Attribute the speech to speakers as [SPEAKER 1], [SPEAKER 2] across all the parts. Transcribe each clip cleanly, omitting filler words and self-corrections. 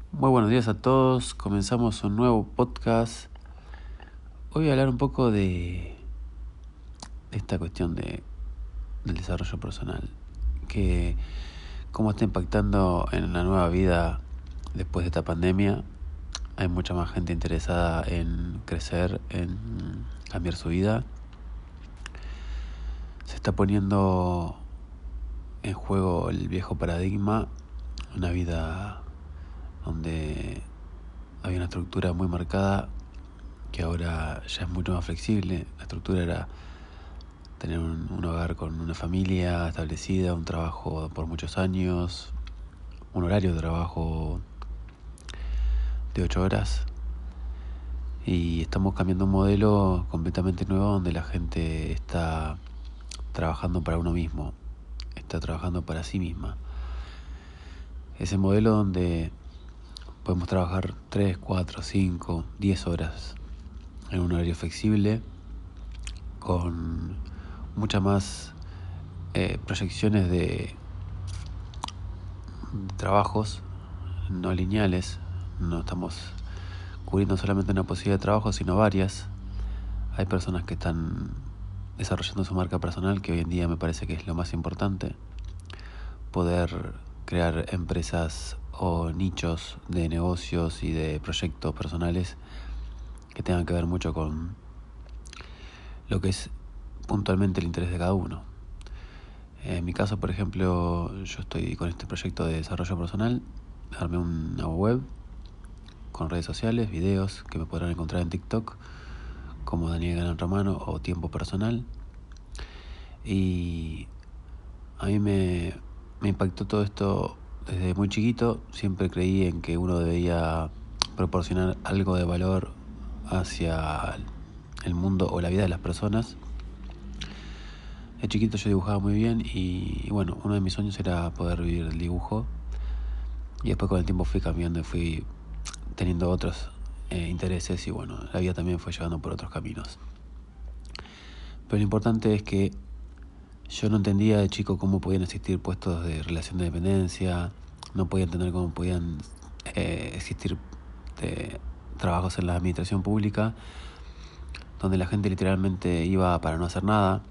[SPEAKER 1] Muy buenos días a todos, comenzamos un nuevo podcast. Hoy voy a hablar un poco de esta cuestión del desarrollo personal, que cómo está impactando en la nueva vida después de esta pandemia. Hay mucha más gente interesada en crecer, en cambiar su vida. Se está poniendo en juego el viejo paradigma, una vida donde había una estructura muy marcada que ahora ya es mucho más flexible. La estructura era tener un hogar con una familia establecida, un trabajo por muchos años, un horario de trabajo de 8 horas. Y estamos cambiando un modelo completamente nuevo donde la gente está trabajando para uno mismo, está trabajando para sí misma. Ese modelo donde podemos trabajar 3, 4, 5, 10 horas en un horario flexible, con muchas más proyecciones de trabajos no lineales. No estamos cubriendo solamente una posibilidad de trabajo, sino varias. Hay personas que están desarrollando su marca personal, que hoy en día me parece que es lo más importante. Poder crear empresas o nichos de negocios y de proyectos personales que tengan que ver mucho con lo que es puntualmente el interés de cada uno. En mi caso, por ejemplo, yo estoy con este proyecto de desarrollo personal. Armé una web con redes sociales, videos que me podrán encontrar en TikTok como Daniel Galán Romano o Tiempo Personal. Y a mí me impactó todo esto desde muy chiquito. Siempre creí en que uno debía proporcionar algo de valor hacia el mundo o la vida de las personas. De chiquito yo dibujaba muy bien y bueno, uno de mis sueños era poder vivir del dibujo. Y después con el tiempo fui cambiando y fui teniendo otros intereses y bueno, la vida también fue llevando por otros caminos. Pero lo importante es que yo no entendía de chico cómo podían existir puestos de relación de dependencia, no podía entender cómo podían existir trabajos en la administración pública, donde la gente literalmente iba para no hacer nada,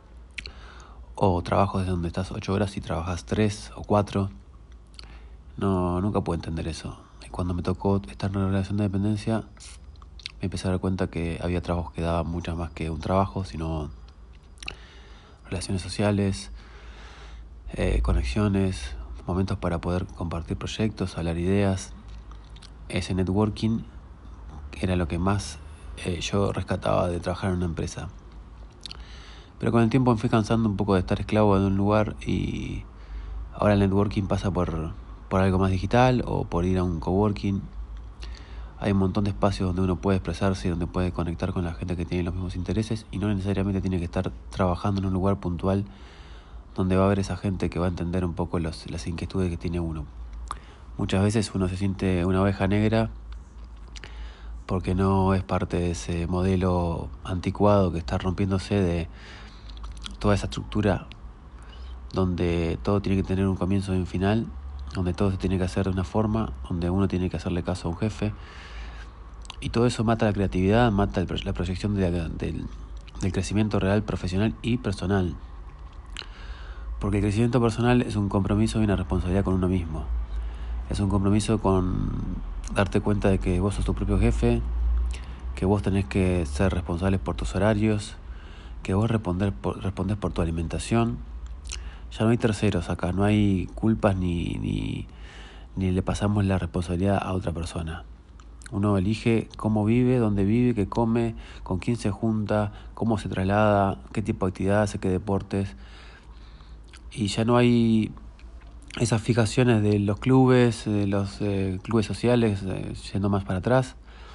[SPEAKER 1] o trabajos donde estás 8 horas y trabajas 3 o 4. No, nunca pude entender eso. Y cuando me tocó estar en una relación de dependencia, me empecé a dar cuenta que había trabajos que daban mucho más que un trabajo, sino relaciones sociales, conexiones, momentos para poder compartir proyectos, hablar ideas. Ese networking era lo que más yo rescataba de trabajar en una empresa. Pero con el tiempo me fui cansando un poco de estar esclavo de un lugar y ahora el networking pasa por algo más digital o por ir a un coworking. Hay un montón de espacios donde uno puede expresarse y donde puede conectar con la gente que tiene los mismos intereses y no necesariamente tiene que estar trabajando en un lugar puntual donde va a haber esa gente que va a entender un poco las inquietudes que tiene uno. Muchas veces uno se siente una oveja negra porque no es parte de ese modelo anticuado que está rompiéndose de toda esa estructura donde todo tiene que tener un comienzo y un final, donde todo se tiene que hacer de una forma, donde uno tiene que hacerle caso a un jefe. Y todo eso mata la creatividad, mata la proyección del crecimiento real, profesional y personal. Porque el crecimiento personal es un compromiso y una responsabilidad con uno mismo. Es un compromiso con darte cuenta de que vos sos tu propio jefe, que vos tenés que ser responsable por tus horarios, que vos respondés por tu alimentación. Ya no hay terceros acá, no hay culpas ni le pasamos la responsabilidad a otra persona. Uno elige cómo vive, dónde vive, qué come, con quién se junta, cómo se traslada, qué tipo de actividad hace, qué deportes. Y ya no hay esas fijaciones de los clubes, de los clubes sociales, yendo más para atrás.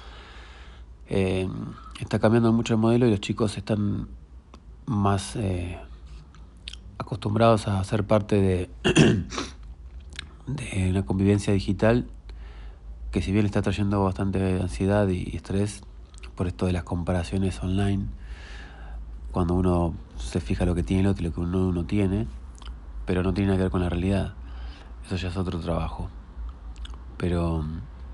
[SPEAKER 1] Está cambiando mucho el modelo y los chicos están más acostumbrados a ser parte de, de una convivencia digital que si bien está trayendo bastante ansiedad y estrés por esto de las comparaciones online, cuando uno se fija lo que tiene el otro y lo que uno no tiene, pero no tiene nada que ver con la realidad. Eso ya es otro trabajo. Pero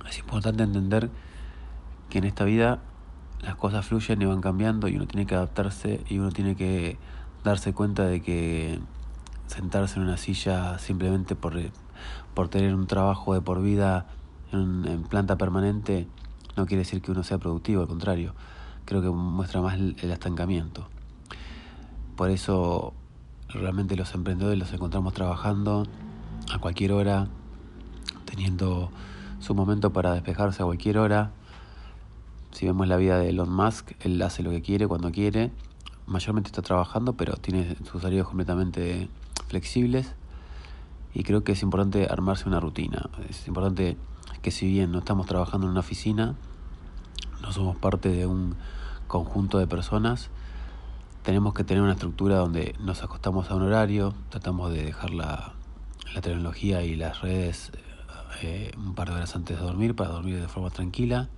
[SPEAKER 1] Es importante entender que en esta vida las cosas fluyen y van cambiando y uno tiene que adaptarse y uno tiene que darse cuenta de que sentarse en una silla simplemente por tener un trabajo de por vida en planta permanente no quiere decir que uno sea productivo, al contrario, creo que muestra más el estancamiento. Por eso realmente los emprendedores los encontramos trabajando a cualquier hora, teniendo su momento para despejarse a cualquier hora. Si vemos la vida de Elon Musk, él hace lo que quiere, cuando quiere, mayormente está trabajando, pero tiene sus horarios completamente flexibles y creo que es importante armarse una rutina. Es importante que si bien no estamos trabajando en una oficina, no somos parte de un conjunto de personas, tenemos que tener una estructura donde nos acostamos a un horario, tratamos de dejar la tecnología y las redes un par de horas antes de dormir para dormir de forma tranquila,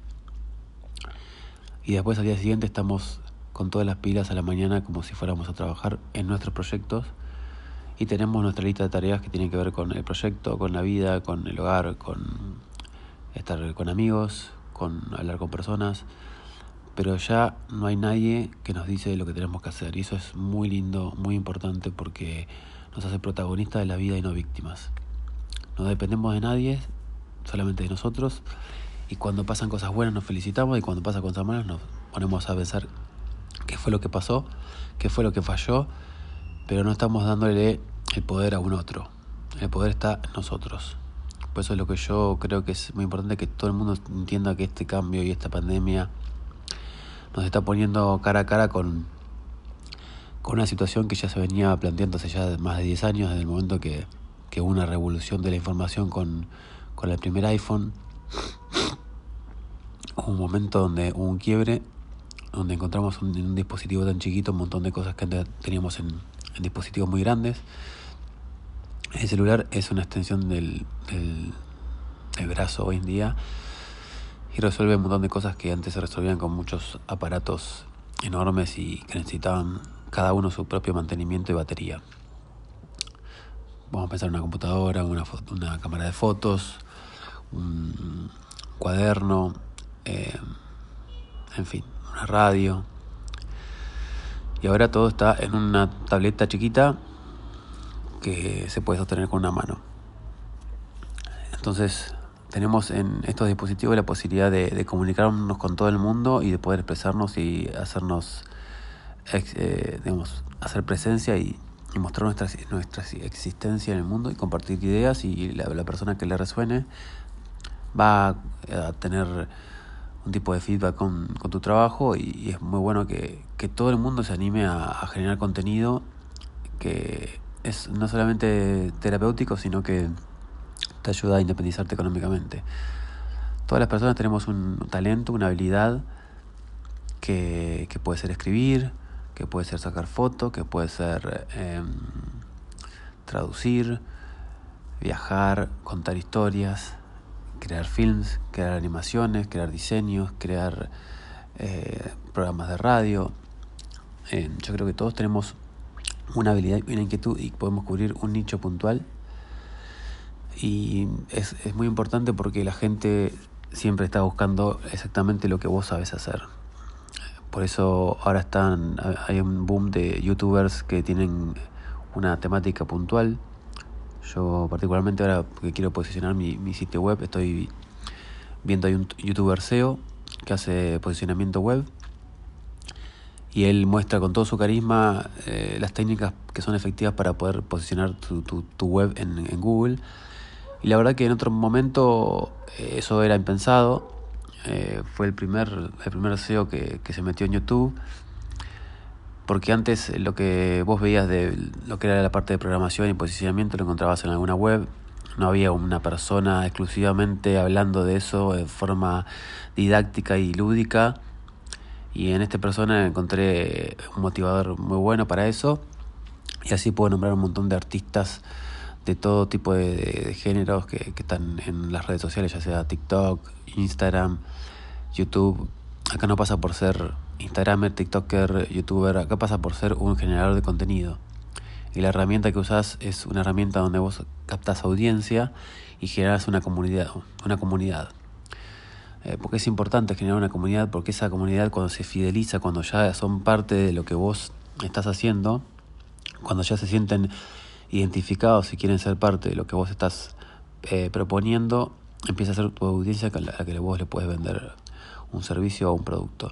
[SPEAKER 1] y después al día siguiente estamos con todas las pilas a la mañana como si fuéramos a trabajar en nuestros proyectos y tenemos nuestra lista de tareas que tienen que ver con el proyecto, con la vida, con el hogar, con estar con amigos, con hablar con personas, pero ya no hay nadie que nos dice lo que tenemos que hacer y eso es muy lindo, muy importante porque nos hace protagonistas de la vida y no víctimas. No dependemos de nadie, solamente de nosotros, y cuando pasan cosas buenas nos felicitamos y cuando pasan cosas malas nos ponemos a pensar qué fue lo que pasó, qué fue lo que falló, pero no estamos dándole el poder a un otro. El poder está en nosotros. Por eso es lo que yo creo que es muy importante, que todo el mundo entienda que este cambio y esta pandemia nos está poniendo cara a cara con una situación que ya se venía planteando hace ya más de 10 años, desde el momento que hubo una revolución de la información con el primer iPhone. Hubo un momento donde hubo un quiebre, donde encontramos en un dispositivo tan chiquito un montón de cosas que antes teníamos en dispositivos muy grandes. El celular es una extensión del brazo hoy en día y resuelve un montón de cosas que antes se resolvían con muchos aparatos enormes y que necesitaban cada uno su propio mantenimiento y batería. Vamos a pensar en una computadora, una cámara de fotos, un cuaderno, en fin, una radio. Y ahora todo está en una tableta chiquita que se puede sostener con una mano. Entonces tenemos en estos dispositivos la posibilidad de comunicarnos con todo el mundo y de poder expresarnos y hacernos, hacer presencia y mostrar nuestra existencia en el mundo y compartir ideas, y la persona que le resuene va a tener un tipo de feedback con tu trabajo, y es muy bueno que todo el mundo se anime a generar contenido que es no solamente terapéutico, sino que te ayuda a independizarte económicamente. Todas las personas tenemos un talento, una habilidad que puede ser escribir, que puede ser sacar fotos, que puede ser traducir, viajar, contar historias, crear films, crear animaciones, crear diseños, crear programas de radio. Yo creo que todos tenemos una habilidad y una inquietud y podemos cubrir un nicho puntual. Y es muy importante porque la gente siempre está buscando exactamente lo que vos sabes hacer. Por eso ahora hay un boom de youtubers que tienen una temática puntual. Yo particularmente ahora, porque quiero posicionar mi sitio web, estoy viendo, hay un youtuber SEO que hace posicionamiento web y él muestra con todo su carisma las técnicas que son efectivas para poder posicionar tu web en Google. Y la verdad que en otro momento eso era impensado. Fue el primer SEO que se metió en YouTube, porque antes lo que vos veías de lo que era la parte de programación y posicionamiento lo encontrabas en alguna web. No había una persona exclusivamente hablando de eso de forma didáctica y lúdica, y en esta persona encontré un motivador muy bueno para eso, y así puedo nombrar un montón de artistas de todo tipo de géneros que están en las redes sociales, ya sea TikTok, Instagram, YouTube. Acá no pasa por ser Instagramer, TikToker, YouTuber, acá pasa por ser un generador de contenido. Y la herramienta que usás es una herramienta donde vos captás audiencia y generás una comunidad. porque es importante generar una comunidad, porque esa comunidad cuando se fideliza, cuando ya son parte de lo que vos estás haciendo, cuando ya se sienten identificados y quieren ser parte de lo que vos estás proponiendo, empieza a ser tu audiencia a la que vos le puedes vender un servicio o un producto.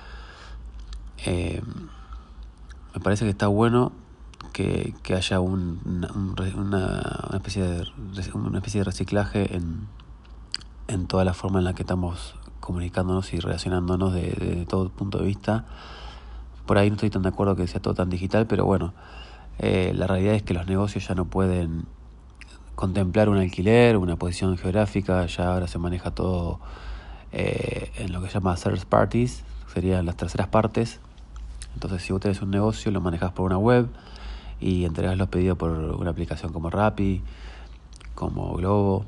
[SPEAKER 1] Me parece que está bueno que haya una especie de reciclaje en toda la forma en la que estamos comunicándonos y relacionándonos de todo punto de vista. Por ahí no estoy tan de acuerdo que sea todo tan digital, pero bueno, la realidad es que los negocios ya no pueden contemplar un alquiler, una posición geográfica, ya ahora se maneja todo en lo que se llama third parties, serían las terceras partes. Entonces, si vos tenés un negocio, lo manejás por una web y entregás los pedidos por una aplicación como Rappi, como Globo.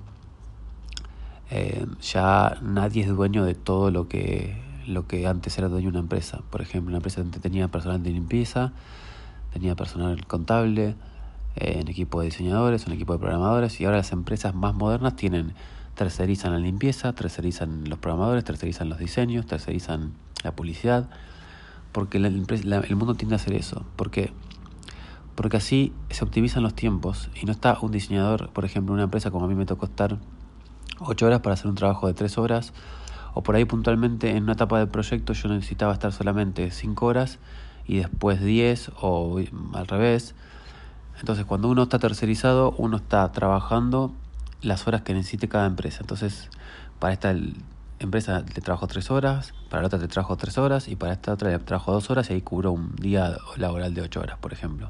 [SPEAKER 1] Ya nadie es dueño de todo lo que antes era dueño de una empresa. Por ejemplo, una empresa tenía personal de limpieza, tenía personal contable, un equipo de diseñadores, un equipo de programadores, y ahora las empresas más modernas tercerizan la limpieza, tercerizan los programadores, tercerizan los diseños, tercerizan la publicidad, porque el mundo tiende a hacer eso. ¿Por qué? Porque así se optimizan los tiempos y no está un diseñador, por ejemplo, en una empresa como a mí me tocó estar 8 horas para hacer un trabajo de 3 horas, o por ahí puntualmente en una etapa del proyecto yo necesitaba estar solamente 5 horas y después 10 o al revés. Entonces cuando uno está tercerizado, uno está trabajando las horas que necesite cada empresa. Entonces para esta empresa le trabajo 3 horas, para la otra le trabajo 3 horas y para esta otra le trabajo 2 horas y ahí cubro un día laboral de 8 horas, por ejemplo.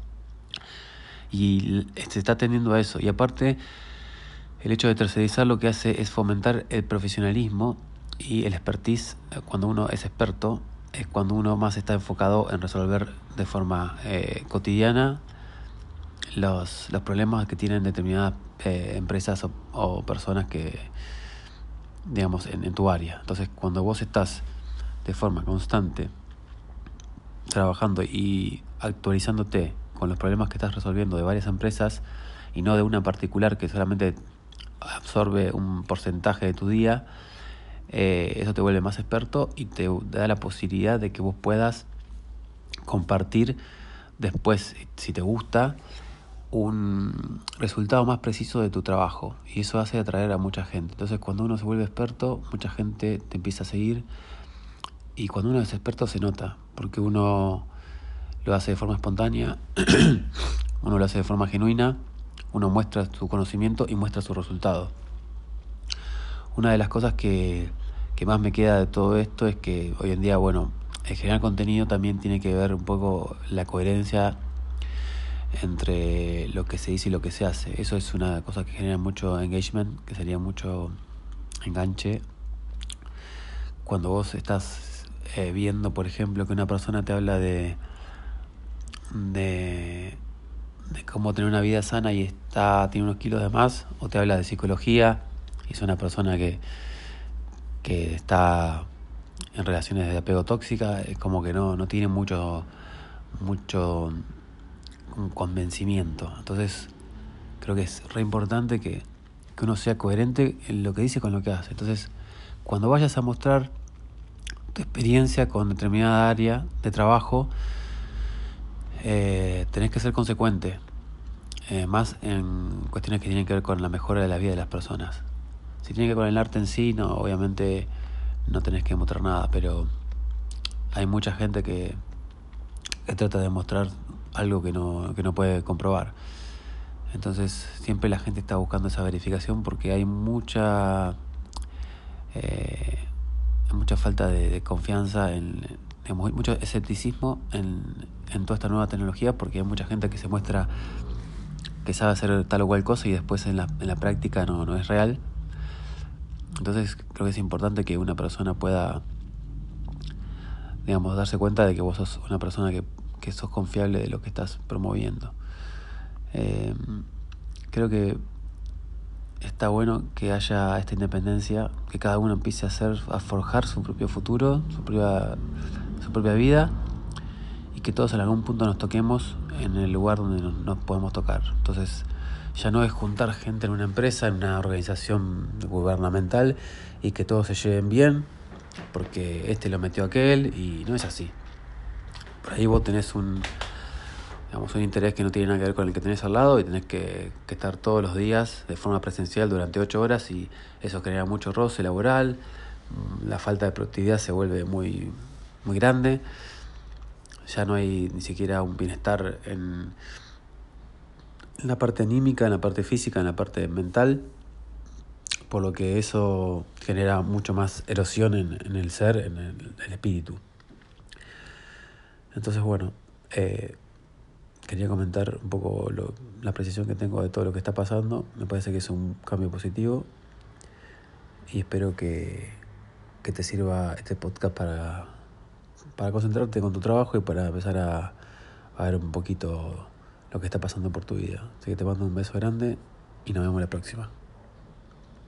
[SPEAKER 1] Y se está atendiendo a eso. Y aparte, el hecho de tercerizar lo que hace es fomentar el profesionalismo y el expertise. Cuando uno es experto, es cuando uno más está enfocado en resolver de forma cotidiana los problemas que tienen determinadas empresas o personas que, digamos, en tu área. Entonces, cuando vos estás de forma constante trabajando y actualizándote con los problemas que estás resolviendo de varias empresas y no de una particular que solamente absorbe un porcentaje de tu día, eso te vuelve más experto y te da la posibilidad de que vos puedas compartir después, si te gusta, un resultado más preciso de tu trabajo, y eso hace atraer a mucha gente. Entonces cuando uno se vuelve experto, mucha gente te empieza a seguir, y cuando uno es experto se nota, porque uno lo hace de forma espontánea, uno lo hace de forma genuina, uno muestra su conocimiento y muestra su resultado. Una de las cosas que más me queda de todo esto es que hoy en día, bueno, el generar contenido también tiene que ver un poco la coherencia entre lo que se dice y lo que se hace. Eso es una cosa que genera mucho engagement, que sería mucho enganche. Cuando vos estás viendo, por ejemplo, que una persona te habla de cómo tener una vida sana y tiene unos kilos de más, o te habla de psicología y es una persona que está en relaciones de apego tóxica, es como que no tiene mucho un convencimiento. Entonces creo que es re importante que uno sea coherente en lo que dice con lo que hace. Entonces, cuando vayas a mostrar tu experiencia con determinada área de trabajo, tenés que ser consecuente, más en cuestiones que tienen que ver con la mejora de la vida de las personas. Si tiene que ver con el arte en sí, no, obviamente no tenés que mostrar nada, pero hay mucha gente que trata de mostrar algo que no puede comprobar. Entonces siempre la gente está buscando esa verificación porque hay mucha falta de confianza, mucho escepticismo en toda esta nueva tecnología, porque hay mucha gente que se muestra que sabe hacer tal o cual cosa y después en la práctica no es real. Entonces creo que es importante que una persona pueda, digamos, darse cuenta de que vos sos una persona que sos confiable de lo que estás promoviendo. Creo que está bueno que haya esta independencia, que cada uno empiece a forjar su propio futuro, su propia vida, y que todos en algún punto nos toquemos en el lugar donde nos podemos tocar. Entonces Ya no es juntar gente en una empresa, en una organización gubernamental y que todos se lleven bien, porque este lo metió aquel, y no es así. Por ahí vos tenés un interés que no tiene nada que ver con el que tenés al lado y tenés que estar todos los días de forma presencial durante 8 horas, y eso genera mucho roce laboral, la falta de productividad se vuelve muy, muy grande, ya no hay ni siquiera un bienestar en la parte anímica, en la parte física, en la parte mental, por lo que eso genera mucho más erosión en el ser, en el espíritu. Entonces, bueno, quería comentar un poco la apreciación que tengo de todo lo que está pasando. Me parece que es un cambio positivo y espero que te sirva este podcast para concentrarte con tu trabajo y para empezar a ver un poquito lo que está pasando por tu vida. Así que te mando un beso grande y nos vemos la próxima.